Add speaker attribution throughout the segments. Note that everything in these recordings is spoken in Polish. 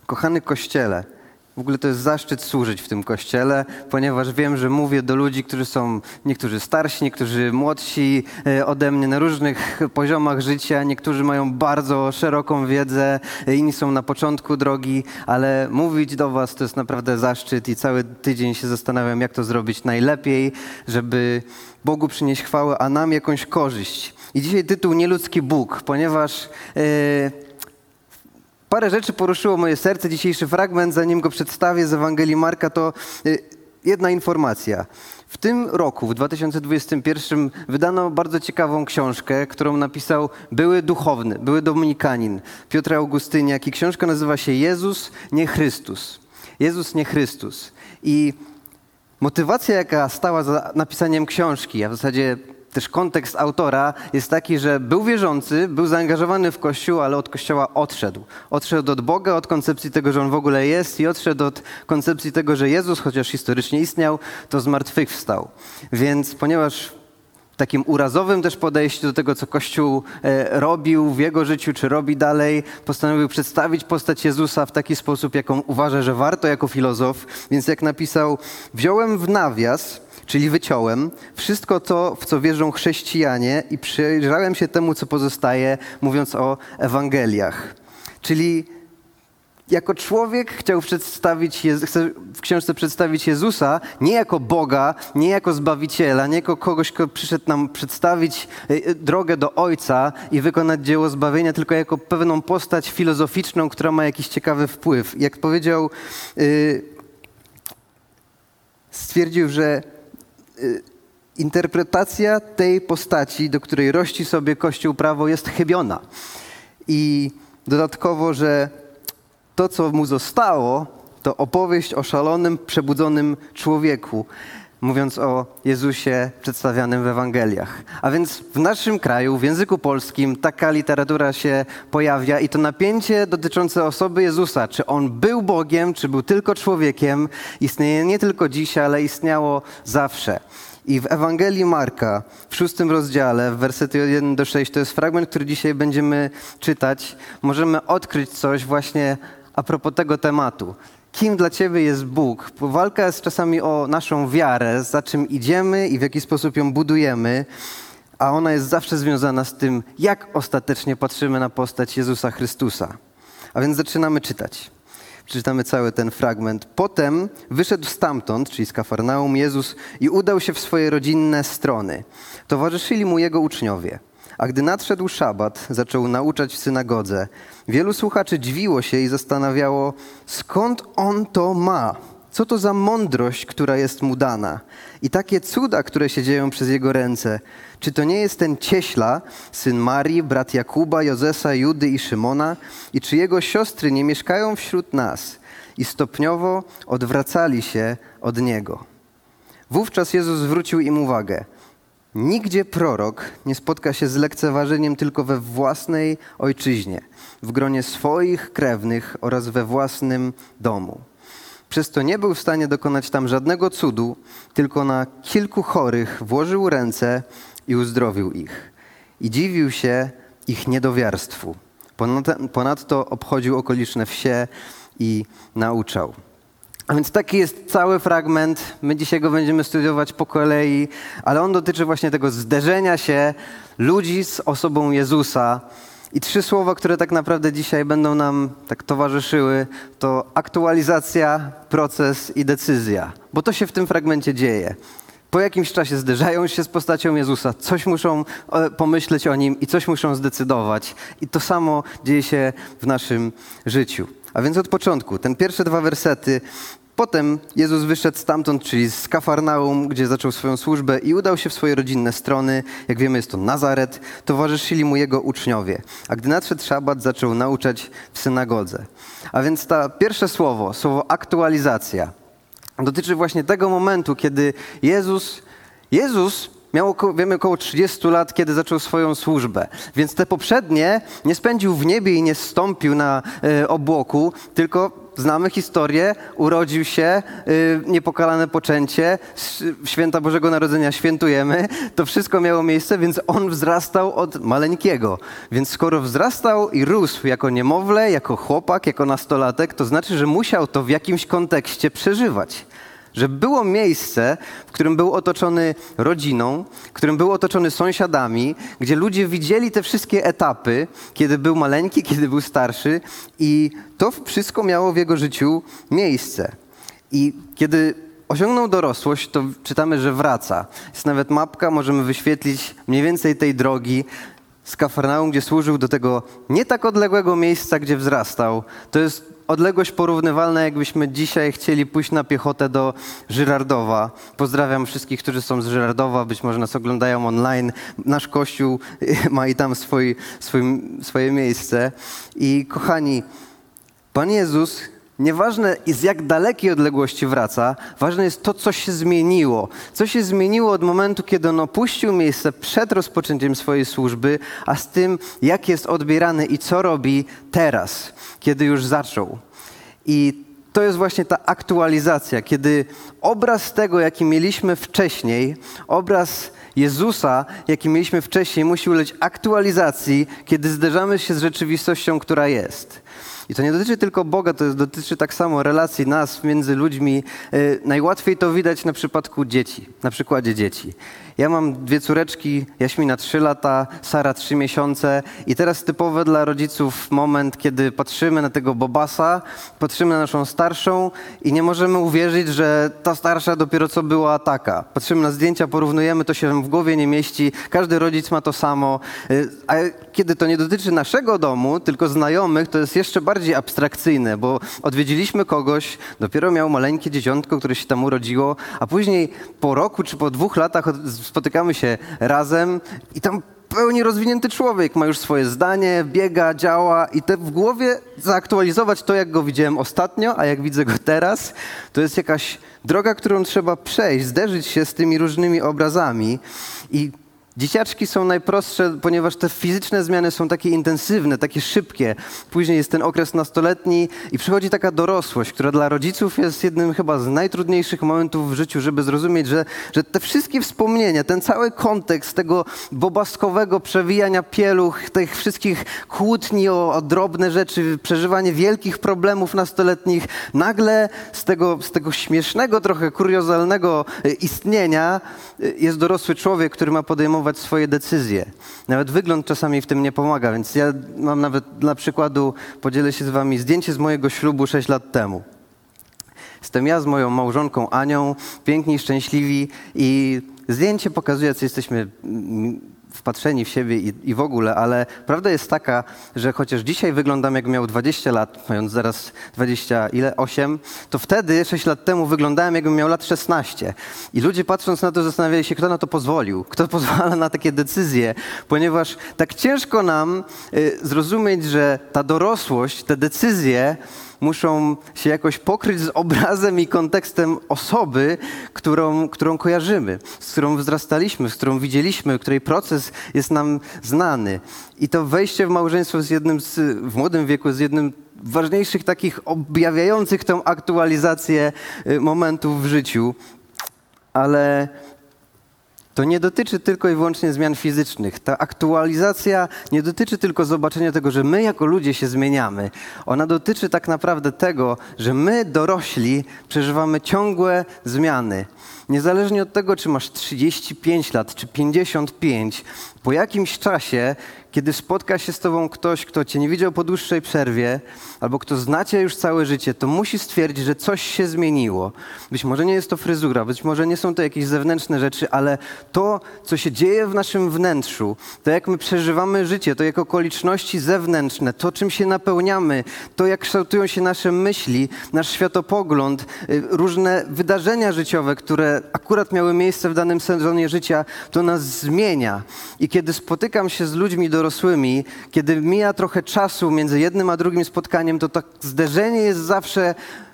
Speaker 1: Kochany Kościele, w ogóle to jest zaszczyt służyć w tym Kościele, ponieważ wiem, że mówię do ludzi, którzy są niektórzy starsi, niektórzy młodsi ode mnie na różnych poziomach życia, niektórzy mają bardzo szeroką wiedzę, inni są na początku drogi, ale mówić do was to jest naprawdę zaszczyt i cały tydzień się zastanawiam, jak to zrobić najlepiej, żeby Bogu przynieść chwałę, a nam jakąś korzyść. I dzisiaj tytuł Nieludzki Bóg, ponieważ parę rzeczy poruszyło moje serce. Dzisiejszy fragment, zanim go przedstawię z Ewangelii Marka, to jedna informacja. W tym roku, w 2021, wydano bardzo ciekawą książkę, którą napisał były duchowny, były dominikanin Piotr Augustyniak i książka nazywa się Jezus, nie Chrystus. Jezus, nie Chrystus. I motywacja, jaka stała za napisaniem książki, a w zasadzie też kontekst autora jest taki, że był wierzący, był zaangażowany w Kościół, ale od Kościoła odszedł. Odszedł od Boga, od koncepcji tego, że On w ogóle jest i odszedł od koncepcji tego, że Jezus, chociaż historycznie istniał, to zmartwychwstał. Więc ponieważ w takim urazowym też podejściu do tego, co Kościół robił w jego życiu, czy robi dalej, postanowił przedstawić postać Jezusa w taki sposób, jaką uważa, że warto jako filozof. Więc jak napisał, wziąłem w nawias, czyli wyciąłem wszystko to, w co wierzą chrześcijanie i przyjrzałem się temu, co pozostaje, mówiąc o Ewangeliach. Czyli jako człowiek chciał chce w książce przedstawić Jezusa nie jako Boga, nie jako Zbawiciela, nie jako kogoś, kto przyszedł nam przedstawić drogę do Ojca i wykonać dzieło zbawienia, tylko jako pewną postać filozoficzną, która ma jakiś ciekawy wpływ. Jak powiedział, stwierdził, że interpretacja tej postaci, do której rości sobie Kościół prawo, jest chybiona. I dodatkowo, że to, co mu zostało, to opowieść o szalonym, przebudzonym człowieku, mówiąc o Jezusie przedstawianym w Ewangeliach. A więc w naszym kraju, w języku polskim, taka literatura się pojawia i to napięcie dotyczące osoby Jezusa, czy On był Bogiem, czy był tylko człowiekiem, istnieje nie tylko dzisiaj, ale istniało zawsze. I w Ewangelii Marka, w 6 rozdziale, w wersety 1-6, to jest fragment, który dzisiaj będziemy czytać, możemy odkryć coś właśnie a propos tego tematu. Kim dla ciebie jest Bóg? Bo walka jest czasami o naszą wiarę, za czym idziemy i w jaki sposób ją budujemy, a ona jest zawsze związana z tym, jak ostatecznie patrzymy na postać Jezusa Chrystusa. A więc zaczynamy czytać. Przeczytamy cały ten fragment. Potem wyszedł stamtąd, czyli z Kafarnaum, Jezus i udał się w swoje rodzinne strony. Towarzyszyli mu jego uczniowie. A gdy nadszedł szabat, zaczął nauczać w synagodze. Wielu słuchaczy dziwiło się i zastanawiało, skąd on to ma? Co to za mądrość, która jest mu dana? I takie cuda, które się dzieją przez jego ręce. Czy to nie jest ten Cieśla, syn Marii, brat Jakuba, Jozesa, Judy i Szymona? I czy jego siostry nie mieszkają wśród nas? I stopniowo odwracali się od niego. Wówczas Jezus zwrócił im uwagę. Nigdzie prorok nie spotka się z lekceważeniem tylko we własnej ojczyźnie, w gronie swoich krewnych oraz we własnym domu. Przez to nie był w stanie dokonać tam żadnego cudu, tylko na kilku chorych włożył ręce i uzdrowił ich. I dziwił się ich niedowiarstwu. Ponadto obchodził okoliczne wsie i nauczał. A więc taki jest cały fragment. My dzisiaj go będziemy studiować po kolei, ale on dotyczy właśnie tego zderzenia się ludzi z osobą Jezusa. I 3 słowa, które tak naprawdę dzisiaj będą nam tak towarzyszyły, to aktualizacja, proces i decyzja. Bo to się w tym fragmencie dzieje. Po jakimś czasie zderzają się z postacią Jezusa, coś muszą pomyśleć o Nim i coś muszą zdecydować. I to samo dzieje się w naszym życiu. A więc od początku, ten pierwsze 2 wersety. Potem Jezus wyszedł stamtąd, czyli z Kafarnaum, gdzie zaczął swoją służbę i udał się w swoje rodzinne strony. Jak wiemy, jest to Nazaret. Towarzyszyli mu jego uczniowie. A gdy nadszedł szabat, zaczął nauczać w synagodze. A więc to pierwsze słowo aktualizacja, dotyczy właśnie tego momentu, kiedy Jezus miał około 30 lat, kiedy zaczął swoją służbę. Więc te poprzednie nie spędził w niebie i nie zstąpił na obłoku, tylko znamy historię, urodził się, niepokalane poczęcie, święta Bożego Narodzenia świętujemy. To wszystko miało miejsce, więc on wzrastał od maleńkiego. Więc skoro wzrastał i rósł jako niemowlę, jako chłopak, jako nastolatek, to znaczy, że musiał to w jakimś kontekście przeżywać. Że było miejsce, w którym był otoczony rodziną, w którym był otoczony sąsiadami, gdzie ludzie widzieli te wszystkie etapy, kiedy był maleńki, kiedy był starszy i to wszystko miało w jego życiu miejsce. I kiedy osiągnął dorosłość, to czytamy, że wraca. Jest nawet mapka, możemy wyświetlić mniej więcej tej drogi z Kafarnaum, gdzie służył, do tego nie tak odległego miejsca, gdzie wzrastał. To jest odległość porównywalna, jakbyśmy dzisiaj chcieli pójść na piechotę do Żyrardowa. Pozdrawiam wszystkich, którzy są z Żyrardowa, być może nas oglądają online. Nasz kościół ma i tam swoje miejsce. I kochani, Pan Jezus, nieważne z jak dalekiej odległości wraca, ważne jest to, co się zmieniło. Co się zmieniło od momentu, kiedy on opuścił miejsce przed rozpoczęciem swojej służby, a z tym, jak jest odbierany i co robi teraz, kiedy już zaczął. I to jest właśnie ta aktualizacja, kiedy obraz tego, jaki mieliśmy wcześniej, obraz Jezusa, jaki mieliśmy wcześniej, musi ulec aktualizacji, kiedy zderzamy się z rzeczywistością, która jest. I to nie dotyczy tylko Boga, to dotyczy tak samo relacji nas między ludźmi. Najłatwiej to widać na przypadku dzieci, na przykładzie dzieci. Ja mam 2 córeczki, Jaśmina 3 lata, Sara 3 miesiące i teraz typowy dla rodziców moment, kiedy patrzymy na tego Bobasa, patrzymy na naszą starszą i nie możemy uwierzyć, że ta starsza dopiero co była taka. Patrzymy na zdjęcia, porównujemy, to się w głowie nie mieści, każdy rodzic ma to samo, a kiedy to nie dotyczy naszego domu, tylko znajomych, to jest jeszcze bardziej abstrakcyjne, bo odwiedziliśmy kogoś, dopiero miał maleńkie dzieciątko, które się tam urodziło, a później po roku czy po 2 latach spotykamy się razem i tam pełni rozwinięty człowiek, ma już swoje zdanie, biega, działa i te w głowie zaaktualizować to, jak go widziałem ostatnio, a jak widzę go teraz, to jest jakaś droga, którą trzeba przejść, zderzyć się z tymi różnymi obrazami i dzieciaczki są najprostsze, ponieważ te fizyczne zmiany są takie intensywne, takie szybkie. Później jest ten okres nastoletni i przychodzi taka dorosłość, która dla rodziców jest jednym chyba z najtrudniejszych momentów w życiu, żeby zrozumieć, że te wszystkie wspomnienia, ten cały kontekst tego bobaskowego przewijania pieluch, tych wszystkich kłótni o drobne rzeczy, przeżywanie wielkich problemów nastoletnich, nagle z tego śmiesznego, trochę kuriozalnego istnienia jest dorosły człowiek, który ma podejmować swoje decyzje. Nawet wygląd czasami w tym nie pomaga, więc ja mam nawet dla przykładu, podzielę się z wami, zdjęcie z mojego ślubu 6 lat temu. Jestem ja z moją małżonką Anią, piękni i szczęśliwi i zdjęcie pokazuje, co jesteśmy wpatrzeni w siebie i w ogóle, ale prawda jest taka, że chociaż dzisiaj wyglądam jak miał 20 lat, mając zaraz 8, to wtedy 6 lat temu wyglądałem jakbym miał lat 16. I ludzie patrząc na to zastanawiali się, kto na to pozwolił, kto pozwala na takie decyzje, ponieważ tak ciężko nam zrozumieć, że ta dorosłość, te decyzje muszą się jakoś pokryć z obrazem i kontekstem osoby, którą kojarzymy, z którą wzrastaliśmy, z którą widzieliśmy, której proces jest nam znany. I to wejście w małżeństwo w młodym wieku jest jednym z ważniejszych takich objawiających tę aktualizację momentów w życiu. Ale to nie dotyczy tylko i wyłącznie zmian fizycznych. Ta aktualizacja nie dotyczy tylko zobaczenia tego, że my jako ludzie się zmieniamy. Ona dotyczy tak naprawdę tego, że my dorośli przeżywamy ciągłe zmiany. Niezależnie od tego, czy masz 35 lat, czy 55, po jakimś czasie, kiedy spotka się z tobą ktoś, kto cię nie widział po dłuższej przerwie, albo kto zna cię już całe życie, to musi stwierdzić, że coś się zmieniło. Być może nie jest to fryzura, być może nie są to jakieś zewnętrzne rzeczy, ale to, co się dzieje w naszym wnętrzu, to jak my przeżywamy życie, to jak okoliczności zewnętrzne, to czym się napełniamy, to jak kształtują się nasze myśli, nasz światopogląd, różne wydarzenia życiowe, które akurat miały miejsce w danym sezonie życia, to nas zmienia. I kiedy spotykam się z ludźmi dorosłymi, kiedy mija trochę czasu między jednym a drugim spotkaniem, to tak zderzenie jest zawsze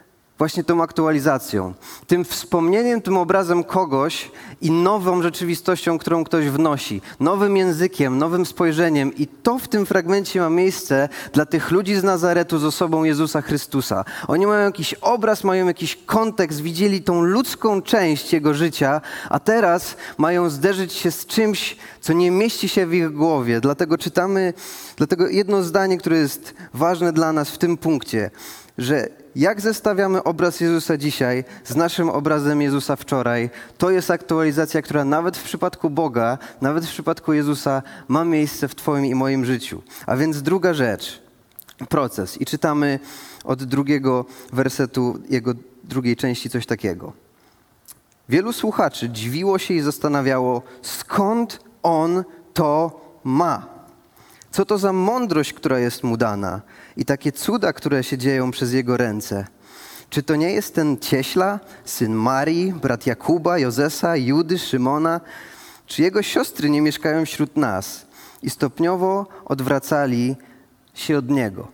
Speaker 1: właśnie tą aktualizacją, tym wspomnieniem, tym obrazem kogoś i nową rzeczywistością, którą ktoś wnosi, nowym językiem, nowym spojrzeniem. I to w tym fragmencie ma miejsce dla tych ludzi z Nazaretu z osobą Jezusa Chrystusa. Oni mają jakiś obraz, mają jakiś kontekst, widzieli tą ludzką część Jego życia, a teraz mają zderzyć się z czymś, co nie mieści się w ich głowie. Dlatego jedno zdanie, które jest ważne dla nas w tym punkcie, że jak zestawiamy obraz Jezusa dzisiaj z naszym obrazem Jezusa wczoraj, to jest aktualizacja, która nawet w przypadku Boga, nawet w przypadku Jezusa ma miejsce w Twoim i moim życiu. A więc druga rzecz, proces. I czytamy od 2 wersetu jego drugiej części coś takiego. Wielu słuchaczy dziwiło się i zastanawiało, skąd on to ma. Co to za mądrość, która jest mu dana i takie cuda, które się dzieją przez jego ręce. Czy to nie jest ten Cieśla, syn Marii, brat Jakuba, Jozesa, Judy, Szymona? Czy jego siostry nie mieszkają wśród nas? I stopniowo odwracali się od niego.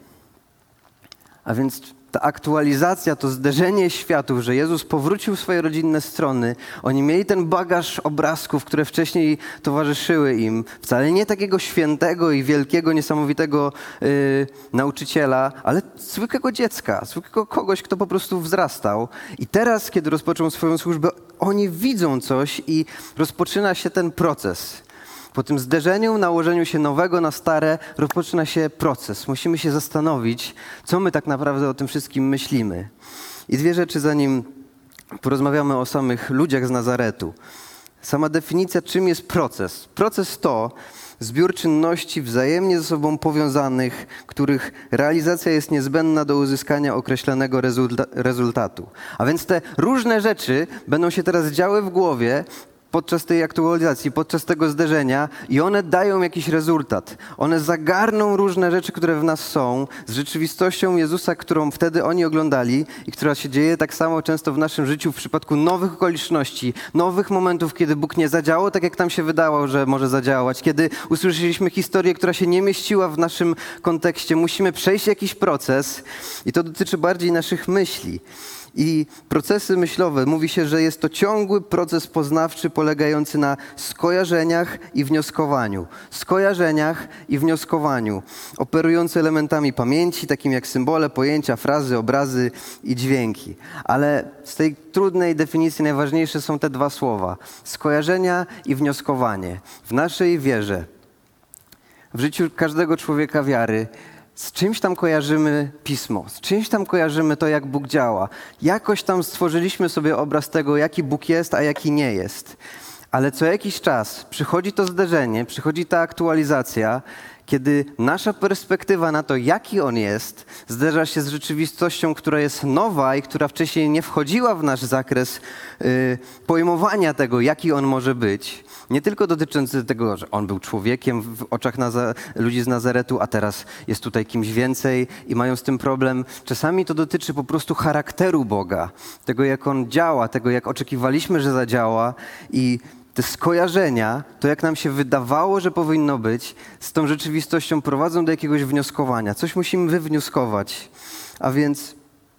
Speaker 1: A więc ta aktualizacja, to zderzenie światów, że Jezus powrócił w swoje rodzinne strony. Oni mieli ten bagaż obrazków, które wcześniej towarzyszyły im. Wcale nie takiego świętego i wielkiego, niesamowitego nauczyciela, ale zwykłego dziecka, zwykłego kogoś, kto po prostu wzrastał. I teraz, kiedy rozpoczął swoją służbę, oni widzą coś i rozpoczyna się ten proces. Po tym zderzeniu, nałożeniu się nowego na stare, rozpoczyna się proces. Musimy się zastanowić, co my tak naprawdę o tym wszystkim myślimy. I 2 rzeczy, zanim porozmawiamy o samych ludziach z Nazaretu. Sama definicja, czym jest proces. Proces to zbiór czynności wzajemnie ze sobą powiązanych, których realizacja jest niezbędna do uzyskania określonego rezultatu. A więc te różne rzeczy będą się teraz działy w głowie, podczas tej aktualizacji, podczas tego zderzenia i one dają jakiś rezultat. One zagarną różne rzeczy, które w nas są, z rzeczywistością Jezusa, którą wtedy oni oglądali i która się dzieje tak samo często w naszym życiu w przypadku nowych okoliczności, nowych momentów, kiedy Bóg nie zadziałał tak, jak nam się wydało, że może zadziałać, kiedy usłyszeliśmy historię, która się nie mieściła w naszym kontekście. Musimy przejść jakiś proces i to dotyczy bardziej naszych myśli. I procesy myślowe, mówi się, że jest to ciągły proces poznawczy polegający na skojarzeniach i wnioskowaniu. Skojarzeniach i wnioskowaniu, operujący elementami pamięci, takimi jak symbole, pojęcia, frazy, obrazy i dźwięki. Ale z tej trudnej definicji najważniejsze są te 2 słowa. Skojarzenia i wnioskowanie. W naszej wierze, w życiu każdego człowieka wiary, z czymś tam kojarzymy Pismo, z czymś tam kojarzymy to, jak Bóg działa. Jakoś tam stworzyliśmy sobie obraz tego, jaki Bóg jest, a jaki nie jest. Ale co jakiś czas przychodzi to zderzenie, przychodzi ta aktualizacja, kiedy nasza perspektywa na to, jaki On jest, zderza się z rzeczywistością, która jest nowa i która wcześniej nie wchodziła w nasz zakres pojmowania tego, jaki On może być. Nie tylko dotyczący tego, że On był człowiekiem w oczach ludzi z Nazaretu, a teraz jest tutaj kimś więcej i mają z tym problem. Czasami to dotyczy po prostu charakteru Boga, tego, jak On działa, tego, jak oczekiwaliśmy, że zadziała i te skojarzenia, to jak nam się wydawało, że powinno być, z tą rzeczywistością prowadzą do jakiegoś wnioskowania. Coś musimy wywnioskować. A więc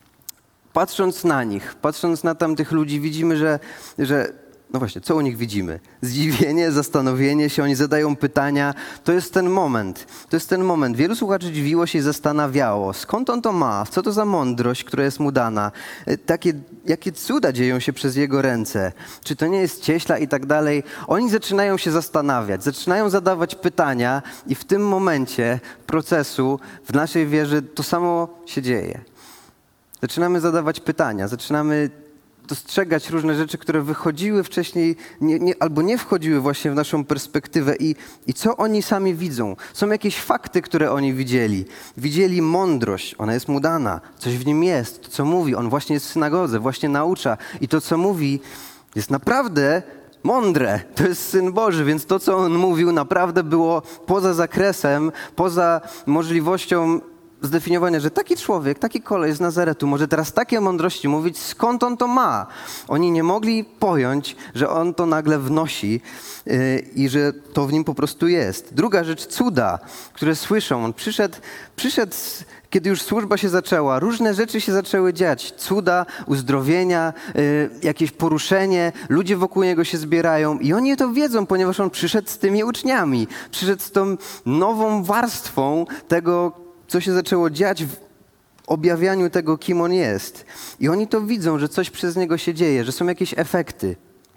Speaker 1: patrząc na nich, patrząc na tamtych ludzi, widzimy, że no właśnie, co u nich widzimy? Zdziwienie, zastanowienie się, oni zadają pytania. To jest ten moment. To jest ten moment. Wielu słuchaczy dziwiło się i zastanawiało, skąd on to ma, co to za mądrość, która jest mu dana, jakie cuda dzieją się przez jego ręce, czy to nie jest cieśla i tak dalej. Oni zaczynają się zastanawiać, zaczynają zadawać pytania i w tym momencie procesu w naszej wierze to samo się dzieje. Zaczynamy zadawać pytania, zaczynamy dostrzegać różne rzeczy, które wychodziły wcześniej albo nie wchodziły właśnie w naszą perspektywę i co oni sami widzą. Są jakieś fakty, które oni widzieli. Widzieli mądrość, ona jest mu dana, coś w nim jest, to co mówi, on właśnie jest w synagodze, właśnie naucza i to co mówi jest naprawdę mądre. To jest Syn Boży, więc to co on mówił naprawdę było poza zakresem, poza możliwością zdefiniowania, że taki człowiek, taki koleś z Nazaretu może teraz takie mądrości mówić, skąd on to ma. Oni nie mogli pojąć, że on to nagle wnosi i że to w nim po prostu jest. Druga rzecz, cuda, które słyszą. On przyszedł Kiedy już służba się zaczęła, różne rzeczy się zaczęły dziać. Cuda, uzdrowienia, jakieś poruszenie, ludzie wokół niego się zbierają i oni to wiedzą, ponieważ on przyszedł z tymi uczniami. Przyszedł z tą nową warstwą tego, co się zaczęło dziać w objawianiu tego, kim on jest. I oni to widzą, że coś przez niego się dzieje, że są jakieś efekty.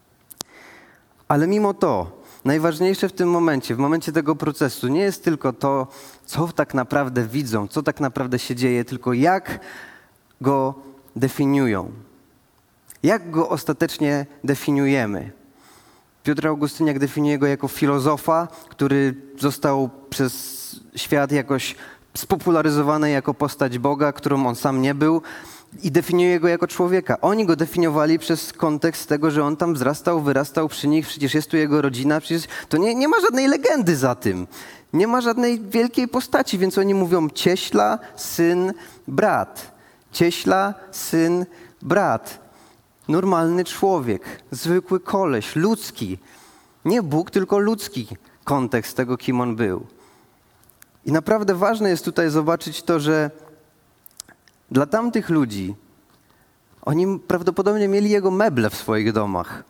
Speaker 1: Ale mimo to, najważniejsze w tym momencie, w momencie tego procesu, nie jest tylko to, co tak naprawdę widzą, co tak naprawdę się dzieje, tylko jak go definiują. Jak go ostatecznie definiujemy. Piotr Augustyniak definiuje go jako filozofa, który został przez świat jakoś spopularyzowany jako postać Boga, którą on sam nie był. I definiuje go jako człowieka. Oni go definiowali przez kontekst tego, że on tam wzrastał, wyrastał przy nich, przecież jest tu jego rodzina, przecież to nie ma żadnej legendy za tym. Nie ma żadnej wielkiej postaci, więc oni mówią cieśla, syn, brat. Cieśla, syn, brat. Normalny człowiek, zwykły koleś, ludzki. Nie Bóg, tylko ludzki kontekst tego, kim on był. I naprawdę ważne jest tutaj zobaczyć to, że dla tamtych ludzi, oni prawdopodobnie mieli jego meble w swoich domach.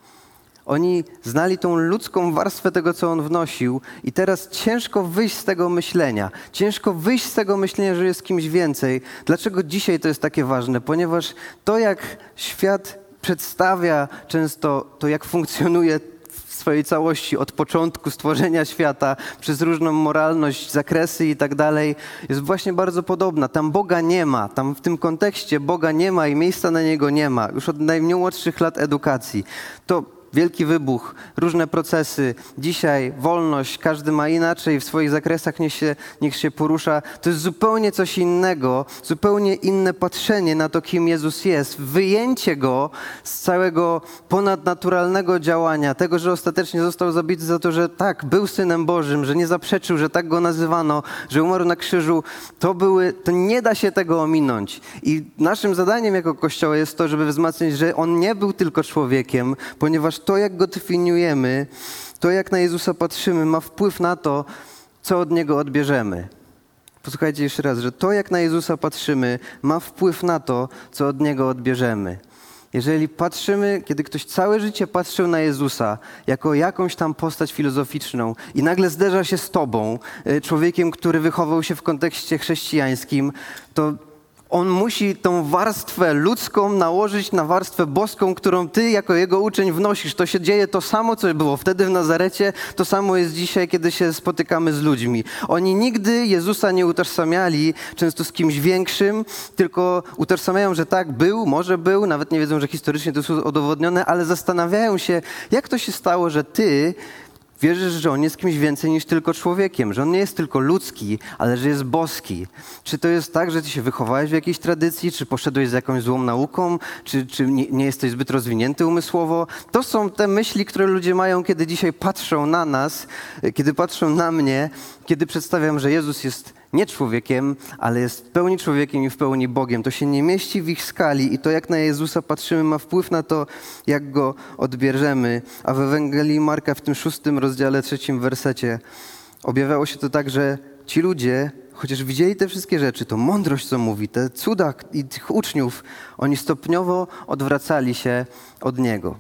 Speaker 1: Oni znali tą ludzką warstwę tego, co on wnosił i teraz ciężko wyjść z tego myślenia. Ciężko wyjść z tego myślenia, że jest kimś więcej. Dlaczego dzisiaj to jest takie ważne? Ponieważ to, jak świat przedstawia często to, jak funkcjonuje w swojej całości od początku stworzenia świata przez różną moralność, zakresy i tak dalej, jest właśnie bardzo podobna. Tam Boga nie ma, tam w tym kontekście Boga nie ma i miejsca na Niego nie ma. Już od najmłodszych lat edukacji. To wielki wybuch, różne procesy. Dzisiaj wolność, każdy ma inaczej w swoich zakresach, niech się porusza. To jest zupełnie coś innego, zupełnie inne patrzenie na to, kim Jezus jest. Wyjęcie Go z całego ponadnaturalnego działania, tego, że ostatecznie został zabity za to, że tak, był Synem Bożym, że nie zaprzeczył, że tak Go nazywano, że umarł na krzyżu. To nie da się tego ominąć. I naszym zadaniem jako Kościoła jest to, żeby wzmacniać, że On nie był tylko człowiekiem, ponieważ to, jak Go definiujemy, to, jak na Jezusa patrzymy, ma wpływ na to, co od Niego odbierzemy. Posłuchajcie jeszcze raz, że to, jak na Jezusa patrzymy, ma wpływ na to, co od Niego odbierzemy. Jeżeli patrzymy, kiedy ktoś całe życie patrzył na Jezusa jako jakąś tam postać filozoficzną i nagle zderza się z tobą, człowiekiem, który wychował się w kontekście chrześcijańskim, to on musi tą warstwę ludzką nałożyć na warstwę boską, którą ty jako jego uczeń wnosisz. To się dzieje to samo, co było wtedy w Nazarecie, to samo jest dzisiaj, kiedy się spotykamy z ludźmi. Oni nigdy Jezusa nie utożsamiali często z kimś większym, tylko utożsamiają, że tak, może był, nawet nie wiedzą, że historycznie to jest udowodnione, ale zastanawiają się, jak to się stało, że ty wierzysz, że On jest kimś więcej niż tylko człowiekiem, że On nie jest tylko ludzki, ale że jest boski. Czy to jest tak, że ty się wychowałeś w jakiejś tradycji, czy poszedłeś z jakąś złą nauką, czy nie jesteś zbyt rozwinięty umysłowo? To są te myśli, które ludzie mają, kiedy dzisiaj patrzą na nas, kiedy patrzą na mnie, kiedy przedstawiam, że Jezus jest nie człowiekiem, ale jest w pełni człowiekiem i w pełni Bogiem. To się nie mieści w ich skali i to, jak na Jezusa patrzymy, ma wpływ na to, jak Go odbierzemy. A w Ewangelii Marka w tym 6 rozdziale, 3 wersecie objawiało się to tak, że ci ludzie, chociaż widzieli te wszystkie rzeczy, to mądrość, co mówi, te cuda i tych uczniów, oni stopniowo odwracali się od Niego.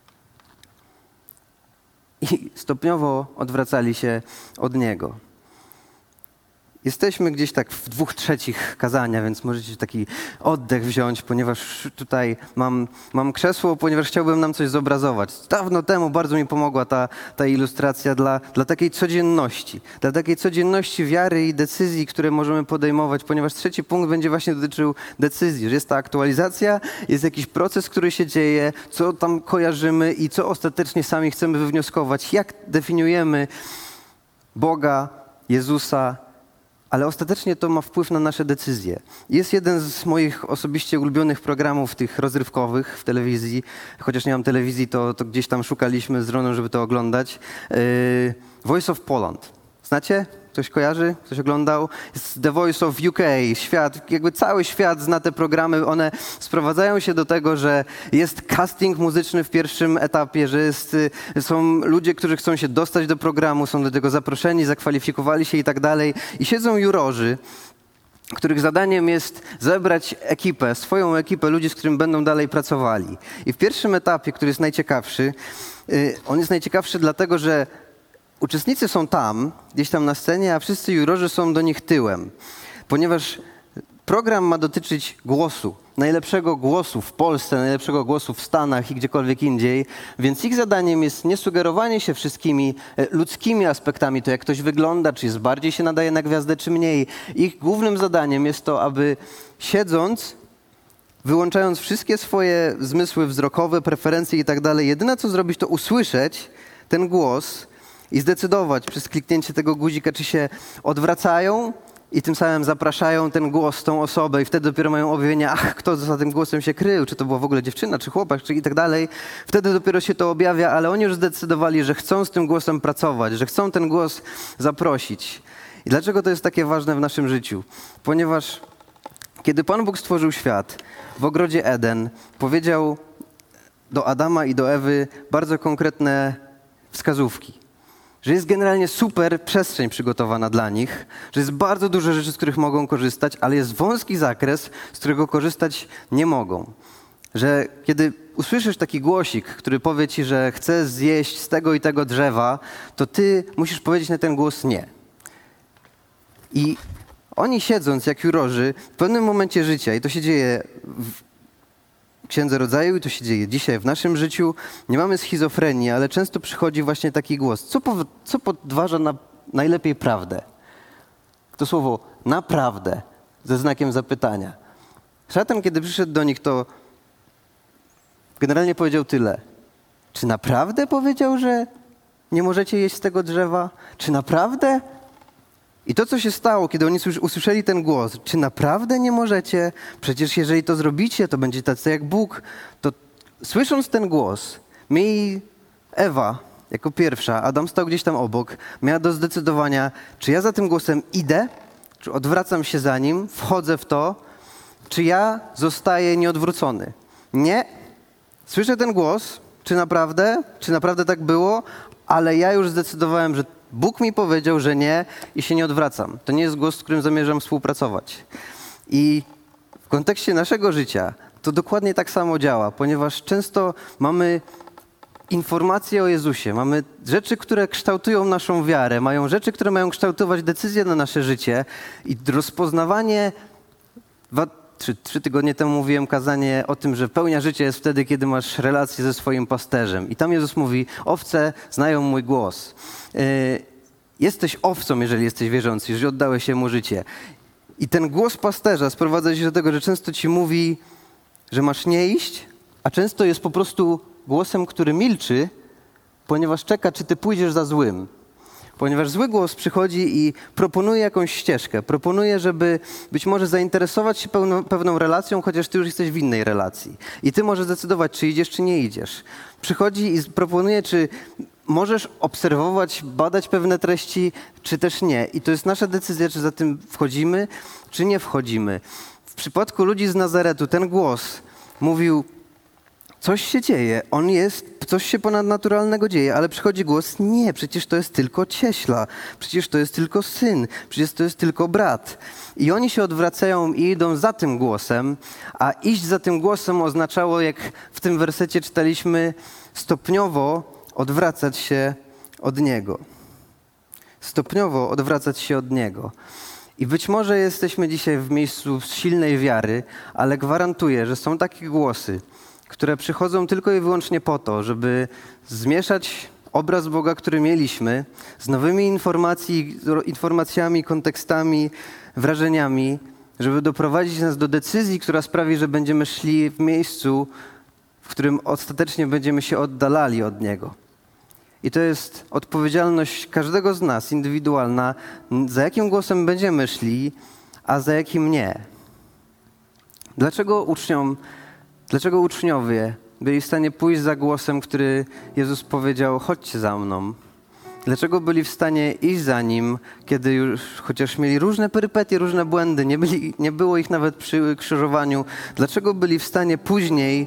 Speaker 1: I stopniowo odwracali się od Niego. Jesteśmy gdzieś tak w 2/3 kazania, więc możecie taki oddech wziąć, ponieważ tutaj mam krzesło, ponieważ chciałbym nam coś zobrazować. Dawno temu bardzo mi pomogła ta ilustracja dla takiej codzienności. Dla takiej codzienności wiary i decyzji, które możemy podejmować, ponieważ 3 punkt będzie właśnie dotyczył decyzji, że jest ta aktualizacja, jest jakiś proces, który się dzieje, co tam kojarzymy i co ostatecznie sami chcemy wywnioskować, jak definiujemy Boga, Jezusa, ale ostatecznie to ma wpływ na nasze decyzje. Jest jeden z moich osobiście ulubionych programów tych rozrywkowych w telewizji. Chociaż nie mam telewizji, to gdzieś tam szukaliśmy z żoną, żeby to oglądać. Voice of Poland. Znacie? Ktoś kojarzy? Ktoś oglądał? Jest The Voice of UK. Świat, jakby cały świat zna te programy. One sprowadzają się do tego, że jest casting muzyczny w pierwszym etapie, że są ludzie, którzy chcą się dostać do programu, są do tego zaproszeni, zakwalifikowali się i tak dalej. I siedzą jurorzy. których zadaniem jest zebrać ekipę, swoją ekipę ludzi, z którymi będą dalej pracowali. I w pierwszym etapie, który jest najciekawszy, on jest najciekawszy dlatego, że uczestnicy są tam, gdzieś tam na scenie, a wszyscy jurorzy są do nich tyłem. Ponieważ program ma dotyczyć głosu, najlepszego głosu w Polsce, najlepszego głosu w Stanach i gdziekolwiek indziej, więc ich zadaniem jest nie sugerowanie się wszystkimi ludzkimi aspektami, to jak ktoś wygląda, czy jest bardziej się nadaje na gwiazdę, czy mniej. Ich głównym zadaniem jest to, aby siedząc, wyłączając wszystkie swoje zmysły wzrokowe, preferencje i tak dalej, jedyne co zrobić, to usłyszeć ten głos i zdecydować przez kliknięcie tego guzika, czy się odwracają i tym samym zapraszają ten głos, tą osobę i wtedy dopiero mają objawienie, kto za tym głosem się krył, czy to była w ogóle dziewczyna, czy chłopak, czy i tak dalej. Wtedy dopiero się to objawia, ale oni już zdecydowali, że chcą z tym głosem pracować, że chcą ten głos zaprosić. I dlaczego to jest takie ważne w naszym życiu? Ponieważ kiedy Pan Bóg stworzył świat, w ogrodzie Eden powiedział do Adama i do Ewy bardzo konkretne wskazówki. Że jest generalnie super przestrzeń przygotowana dla nich, że jest bardzo dużo rzeczy, z których mogą korzystać, ale jest wąski zakres, z którego korzystać nie mogą. Że kiedy usłyszysz taki głosik, który powie ci, że chce zjeść z tego i tego drzewa, to ty musisz powiedzieć na ten głos nie. I oni siedząc jak jurorzy w pewnym momencie życia, i to się dzieje w Księdze Rodzaju i to się dzieje dzisiaj w naszym życiu, nie mamy schizofrenii, ale często przychodzi właśnie taki głos. Co podważa najlepiej prawdę? To słowo naprawdę ze znakiem zapytania. Szatan, kiedy przyszedł do nich, to generalnie powiedział tyle. Czy naprawdę powiedział, że nie możecie jeść z tego drzewa? Czy naprawdę? I to, co się stało, kiedy oni usłyszeli ten głos, czy naprawdę nie możecie? Przecież jeżeli to zrobicie, to będzie tacy jak Bóg. To słysząc ten głos, mieli Ewa jako pierwsza, Adam stał gdzieś tam obok, miała do zdecydowania, czy ja za tym głosem idę, czy odwracam się za nim, wchodzę w to, czy ja zostaję nieodwrócony. Nie. Słyszę ten głos, czy naprawdę tak było, ale ja już zdecydowałem, że Bóg mi powiedział, że nie i się nie odwracam. To nie jest głos, z którym zamierzam współpracować. I w kontekście naszego życia to dokładnie tak samo działa, ponieważ często mamy informacje o Jezusie, mamy rzeczy, które kształtują naszą wiarę, mają rzeczy, które mają kształtować decyzje na nasze życie i rozpoznawanie. 3 tygodnie temu mówiłem kazanie o tym, że pełnia życia jest wtedy, kiedy masz relację ze swoim pasterzem. I tam Jezus mówi, owce znają mój głos. Jesteś owcą, jeżeli jesteś wierzący, jeżeli oddałeś się mu życie. I ten głos pasterza sprowadza się do tego, że często ci mówi, że masz nie iść, a często jest po prostu głosem, który milczy, ponieważ czeka, czy ty pójdziesz za złym. Ponieważ zły głos przychodzi i proponuje jakąś ścieżkę. Proponuje, żeby być może zainteresować się pewną relacją, chociaż ty już jesteś w innej relacji. I ty możesz zdecydować, czy idziesz, czy nie idziesz. Przychodzi i proponuje, czy możesz obserwować, badać pewne treści, czy też nie. I to jest nasza decyzja, czy za tym wchodzimy, czy nie wchodzimy. W przypadku ludzi z Nazaretu ten głos mówił, coś się dzieje, coś się ponadnaturalnego dzieje, ale przychodzi głos, nie, przecież to jest tylko cieśla, przecież to jest tylko syn, przecież to jest tylko brat. I oni się odwracają i idą za tym głosem, a iść za tym głosem oznaczało, jak w tym wersecie czytaliśmy, stopniowo odwracać się od Niego. Stopniowo odwracać się od Niego. I być może jesteśmy dzisiaj w miejscu silnej wiary, ale gwarantuję, że są takie głosy, które przychodzą tylko i wyłącznie po to, żeby zmieszać obraz Boga, który mieliśmy, z nowymi informacjami, kontekstami, wrażeniami, żeby doprowadzić nas do decyzji, która sprawi, że będziemy szli w miejscu, w którym ostatecznie będziemy się oddalali od Niego. I to jest odpowiedzialność każdego z nas, indywidualna, za jakim głosem będziemy szli, a za jakim nie. Dlaczego uczniowie byli w stanie pójść za głosem, który Jezus powiedział, chodźcie za mną? Dlaczego byli w stanie iść za Nim, kiedy już, chociaż mieli różne perypetie, różne błędy, nie było ich nawet przy krzyżowaniu, dlaczego byli w stanie później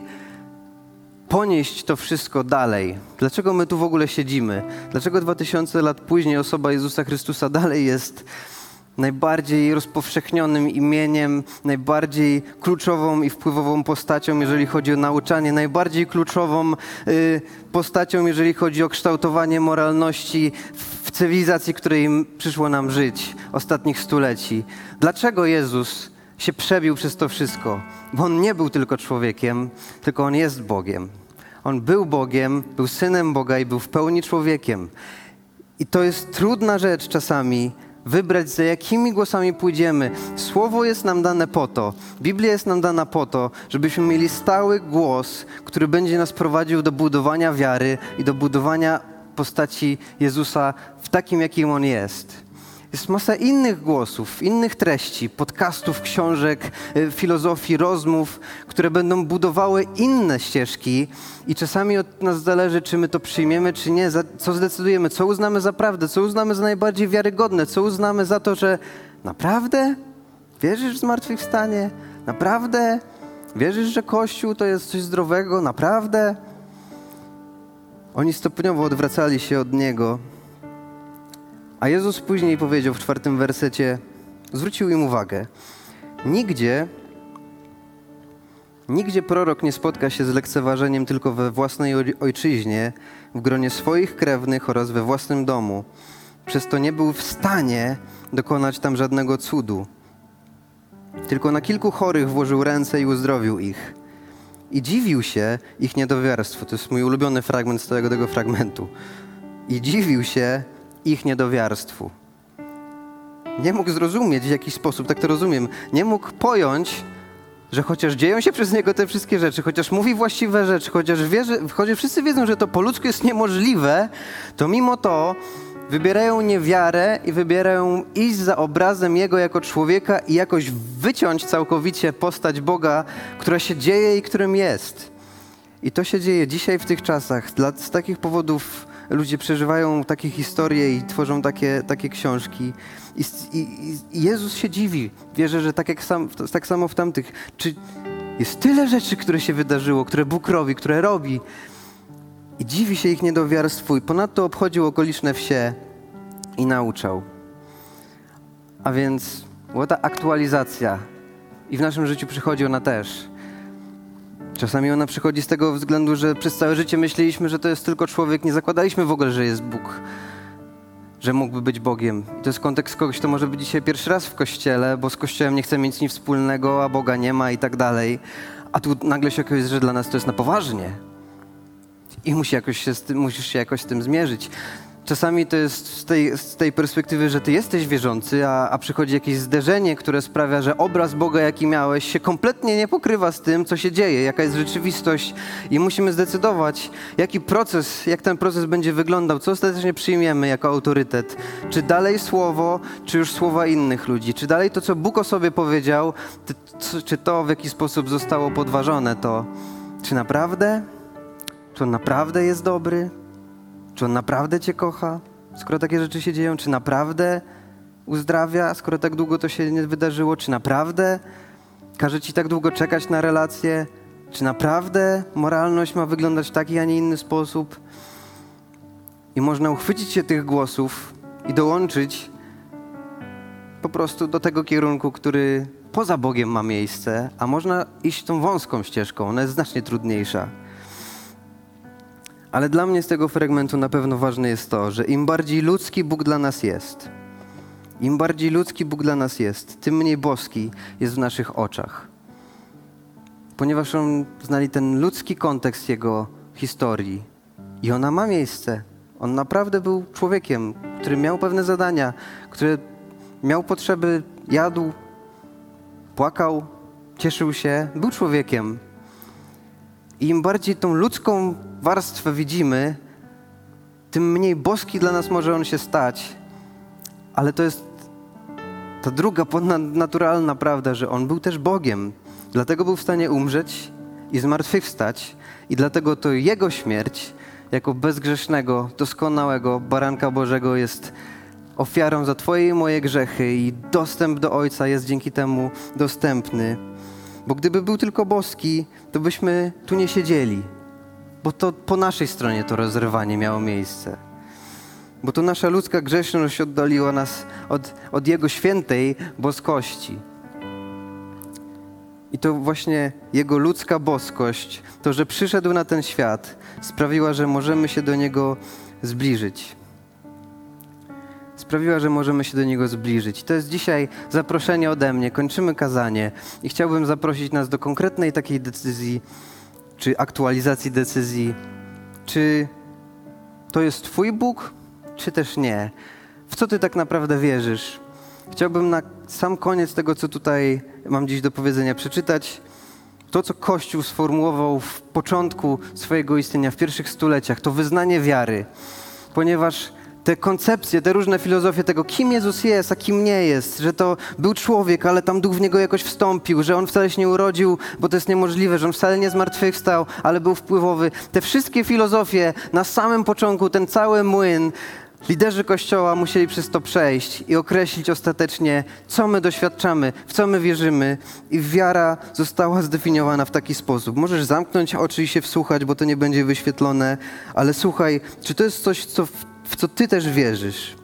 Speaker 1: ponieść to wszystko dalej? Dlaczego my tu w ogóle siedzimy? Dlaczego 2000 lat później osoba Jezusa Chrystusa dalej jest najbardziej rozpowszechnionym imieniem, najbardziej kluczową i wpływową postacią, jeżeli chodzi o nauczanie, najbardziej kluczową postacią, jeżeli chodzi o kształtowanie moralności w cywilizacji, której przyszło nam żyć ostatnich stuleci. Dlaczego Jezus się przebił przez to wszystko? Bo On nie był tylko człowiekiem, tylko On jest Bogiem. On był Bogiem, był Synem Boga i był w pełni człowiekiem. I to jest trudna rzecz czasami, wybrać, za jakimi głosami pójdziemy. Słowo jest nam dane po to, Biblia jest nam dana po to, żebyśmy mieli stały głos, który będzie nas prowadził do budowania wiary i do budowania postaci Jezusa w takim, jakim On jest. Jest masa innych głosów, innych treści, podcastów, książek, filozofii, rozmów, które będą budowały inne ścieżki i czasami od nas zależy, czy my to przyjmiemy, czy nie, co zdecydujemy, co uznamy za prawdę, co uznamy za najbardziej wiarygodne, co uznamy za to, że naprawdę wierzysz w zmartwychwstanie? Naprawdę wierzysz, że Kościół to jest coś zdrowego? Naprawdę? Oni stopniowo odwracali się od Niego. A Jezus później powiedział w 4 wersecie, zwrócił im uwagę, nigdzie prorok nie spotka się z lekceważeniem tylko we własnej ojczyźnie, w gronie swoich krewnych oraz we własnym domu. Przez to nie był w stanie dokonać tam żadnego cudu. Tylko na kilku chorych włożył ręce i uzdrowił ich. I dziwił się ich niedowiarstwu. To jest mój ulubiony fragment z całego tego fragmentu. I dziwił się ich niedowiarstwu. Nie mógł zrozumieć w jakiś sposób, tak to rozumiem, nie mógł pojąć, że chociaż dzieją się przez Niego te wszystkie rzeczy, chociaż mówi właściwe rzeczy, chociaż wszyscy wiedzą, że to po ludzku jest niemożliwe, to mimo to wybierają niewiarę i wybierają iść za obrazem Jego jako człowieka i jakoś wyciąć całkowicie postać Boga, która się dzieje i którym jest. I to się dzieje dzisiaj w tych czasach. Z takich powodów ludzie przeżywają takie historie i tworzą takie książki. I Jezus się dziwi. Wierzę, że tak samo w tamtych. Czy jest tyle rzeczy, które się wydarzyło, które Bóg robi, które robi. I dziwi się ich niedowiarstwu. I ponadto obchodził okoliczne wsie i nauczał. A więc była ta aktualizacja. I w naszym życiu przychodzi ona też. Czasami ona przychodzi z tego względu, że przez całe życie myśleliśmy, że to jest tylko człowiek. Nie zakładaliśmy w ogóle, że jest Bóg, że mógłby być Bogiem. I to jest kontekst kogoś, kto może być dzisiaj pierwszy raz w Kościele, bo z Kościołem nie chce mieć nic wspólnego, a Boga nie ma i tak dalej. A tu nagle się okazuje, że dla nas to jest na poważnie. I musisz się jakoś z tym zmierzyć. Czasami to jest z tej perspektywy, że ty jesteś wierzący, a przychodzi jakieś zderzenie, które sprawia, że obraz Boga, jaki miałeś, się kompletnie nie pokrywa z tym, co się dzieje, jaka jest rzeczywistość i musimy zdecydować, jak ten proces będzie wyglądał, co ostatecznie przyjmiemy jako autorytet. Czy dalej słowo, czy już słowa innych ludzi, czy dalej to, co Bóg o sobie powiedział, czy to, w jaki sposób zostało podważone, to czy naprawdę? Czy On naprawdę jest dobry? Czy On naprawdę cię kocha, skoro takie rzeczy się dzieją? Czy naprawdę uzdrawia, skoro tak długo to się nie wydarzyło? Czy naprawdę każe ci tak długo czekać na relacje? Czy naprawdę moralność ma wyglądać w taki, a nie inny sposób? I można uchwycić się tych głosów i dołączyć po prostu do tego kierunku, który poza Bogiem ma miejsce, a można iść tą wąską ścieżką, ona jest znacznie trudniejsza. Ale dla mnie z tego fragmentu na pewno ważne jest to, że im bardziej ludzki Bóg dla nas jest, tym mniej boski jest w naszych oczach. Ponieważ on znali ten ludzki kontekst Jego historii i ona ma miejsce. On naprawdę był człowiekiem, który miał pewne zadania, który miał potrzeby, jadł, płakał, cieszył się, był człowiekiem. I im bardziej tą ludzką warstwę widzimy, tym mniej boski dla nas może On się stać. Ale to jest ta druga ponadnaturalna prawda, że On był też Bogiem. Dlatego był w stanie umrzeć i zmartwychwstać. I dlatego to Jego śmierć, jako bezgrzesznego, doskonałego Baranka Bożego, jest ofiarą za twoje i moje grzechy i dostęp do Ojca jest dzięki temu dostępny. Bo gdyby był tylko boski, to byśmy tu nie siedzieli. Bo to po naszej stronie to rozerwanie miało miejsce. bo to nasza ludzka grzeszność oddaliła nas od Jego świętej boskości. I to właśnie Jego ludzka boskość, to, że przyszedł na ten świat, sprawiła, że możemy się do Niego zbliżyć. I to jest dzisiaj zaproszenie ode mnie. Kończymy kazanie i chciałbym zaprosić nas do konkretnej takiej decyzji, czy aktualizacji decyzji, czy to jest Twój Bóg, czy też nie. W co Ty tak naprawdę wierzysz? Chciałbym na sam koniec tego, co tutaj mam dziś do powiedzenia, przeczytać to, co Kościół sformułował w początku swojego istnienia, w pierwszych stuleciach, to wyznanie wiary. Ponieważ te koncepcje, te różne filozofie tego, kim Jezus jest, a kim nie jest, że to był człowiek, ale tam Duch w Niego jakoś wstąpił, że On wcale się nie urodził, bo to jest niemożliwe, że On wcale nie zmartwychwstał, ale był wpływowy. Te wszystkie filozofie na samym początku, ten cały młyn, liderzy Kościoła musieli przez to przejść i określić ostatecznie, co my doświadczamy, w co my wierzymy, i wiara została zdefiniowana w taki sposób. Możesz zamknąć oczy i się wsłuchać, bo to nie będzie wyświetlone, ale słuchaj, czy to jest coś, w co Ty też wierzysz?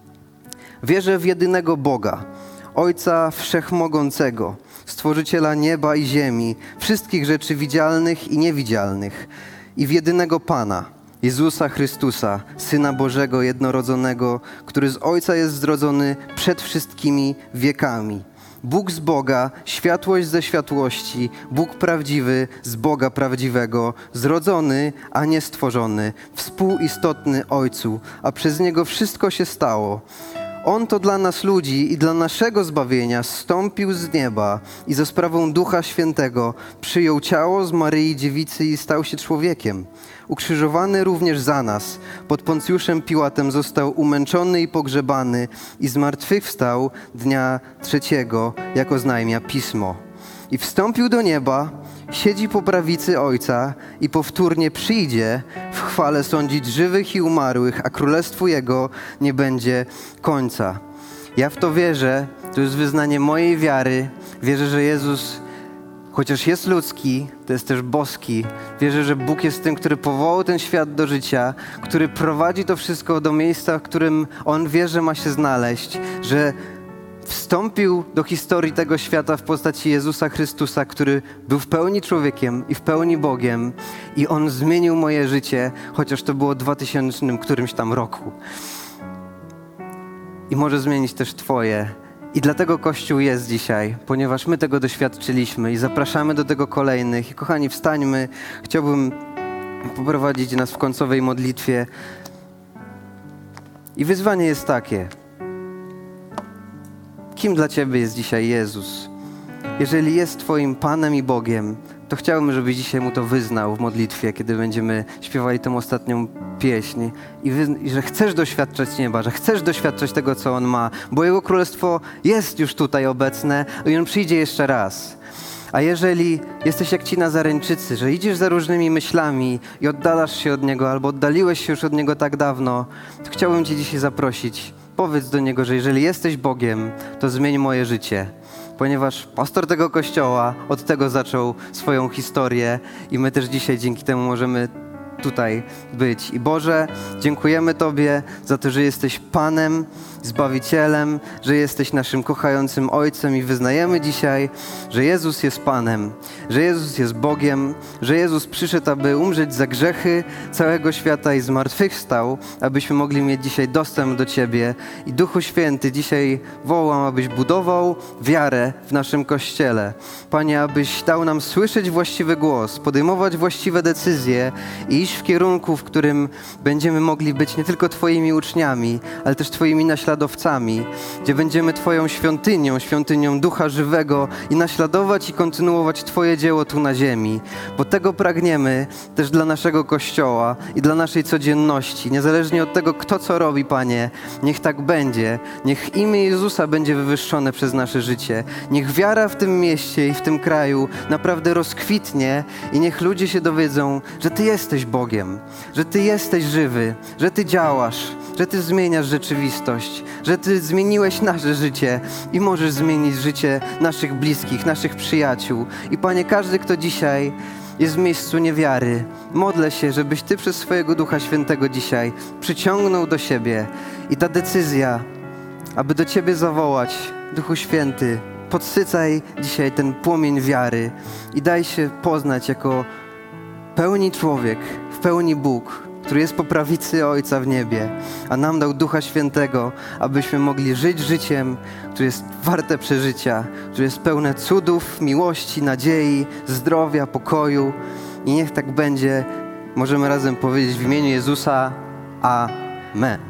Speaker 1: Wierzę w jedynego Boga, Ojca Wszechmogącego, Stworzyciela nieba i ziemi, wszystkich rzeczy widzialnych i niewidzialnych, i w jedynego Pana, Jezusa Chrystusa, Syna Bożego jednorodzonego, który z Ojca jest zrodzony przed wszystkimi wiekami. Bóg z Boga, światłość ze światłości, Bóg prawdziwy z Boga prawdziwego, zrodzony, a nie stworzony, współistotny Ojcu, a przez Niego wszystko się stało. On to dla nas ludzi i dla naszego zbawienia zstąpił z nieba i za sprawą Ducha Świętego przyjął ciało z Maryi Dziewicy i stał się człowiekiem. Ukrzyżowany również za nas, pod Poncjuszem Piłatem został umęczony i pogrzebany i zmartwychwstał dnia trzeciego, jak oznajmia Pismo. I wstąpił do nieba, siedzi po prawicy Ojca i powtórnie przyjdzie w chwale sądzić żywych i umarłych, a królestwu Jego nie będzie końca. Ja w to wierzę, to jest wyznanie mojej wiary. Wierzę, że Jezus, chociaż jest ludzki, to jest też boski. Wierzę, że Bóg jest tym, który powołał ten świat do życia, który prowadzi to wszystko do miejsca, w którym On wie, że ma się znaleźć, że wstąpił do historii tego świata w postaci Jezusa Chrystusa, który był w pełni człowiekiem i w pełni Bogiem, i On zmienił moje życie, chociaż to było 2000 którymś tam roku. I może zmienić też Twoje. I dlatego Kościół jest dzisiaj, ponieważ my tego doświadczyliśmy i zapraszamy do tego kolejnych. I kochani, wstańmy. Chciałbym poprowadzić nas w końcowej modlitwie. I wyzwanie jest takie. Kim dla Ciebie jest dzisiaj Jezus? Jeżeli jest Twoim Panem i Bogiem, to chciałbym, żebyś dzisiaj Mu to wyznał w modlitwie, kiedy będziemy śpiewali tę ostatnią pieśń. I że chcesz doświadczać nieba, że chcesz doświadczać tego, co On ma, bo Jego Królestwo jest już tutaj obecne i On przyjdzie jeszcze raz. A jeżeli jesteś jak ci Nazareńczycy, że idziesz za różnymi myślami i oddalasz się od Niego, albo oddaliłeś się już od Niego tak dawno, to chciałbym Cię dzisiaj zaprosić. Powiedz do Niego, że jeżeli jesteś Bogiem, to zmień moje życie. Ponieważ pastor tego Kościoła od tego zaczął swoją historię i my też dzisiaj dzięki temu możemy tutaj być. I Boże, dziękujemy Tobie za to, że jesteś Panem, Zbawicielem, że jesteś naszym kochającym Ojcem i wyznajemy dzisiaj, że Jezus jest Panem, że Jezus jest Bogiem, że Jezus przyszedł, aby umrzeć za grzechy całego świata i zmartwychwstał, abyśmy mogli mieć dzisiaj dostęp do Ciebie. I Duchu Święty, dzisiaj wołam, abyś budował wiarę w naszym Kościele. Panie, abyś dał nam słyszeć właściwy głos, podejmować właściwe decyzje i iść w kierunku, w którym będziemy mogli być nie tylko Twoimi uczniami, ale też Twoimi naśladowcami, gdzie będziemy Twoją świątynią, świątynią Ducha Żywego i naśladować i kontynuować Twoje dzieło tu na ziemi. Bo tego pragniemy też dla naszego Kościoła i dla naszej codzienności. Niezależnie od tego, kto co robi, Panie, niech tak będzie. Niech imię Jezusa będzie wywyższone przez nasze życie. Niech wiara w tym mieście i w tym kraju naprawdę rozkwitnie i niech ludzie się dowiedzą, że Ty jesteś Bogiem, że Ty jesteś żywy, że Ty działasz, że Ty zmieniasz rzeczywistość, że Ty zmieniłeś nasze życie i możesz zmienić życie naszych bliskich, naszych przyjaciół. I Panie, każdy, kto dzisiaj jest w miejscu niewiary. Modlę się, żebyś Ty przez swojego Ducha Świętego dzisiaj przyciągnął do siebie i ta decyzja, aby do Ciebie zawołać, Duchu Święty, podsycaj dzisiaj ten płomień wiary i daj się poznać jako pełni człowiek, w pełni Bóg, który jest po prawicy Ojca w niebie, a nam dał Ducha Świętego, abyśmy mogli żyć życiem, które jest warte przeżycia, które jest pełne cudów, miłości, nadziei, zdrowia, pokoju. I niech tak będzie. Możemy razem powiedzieć w imieniu Jezusa. Amen.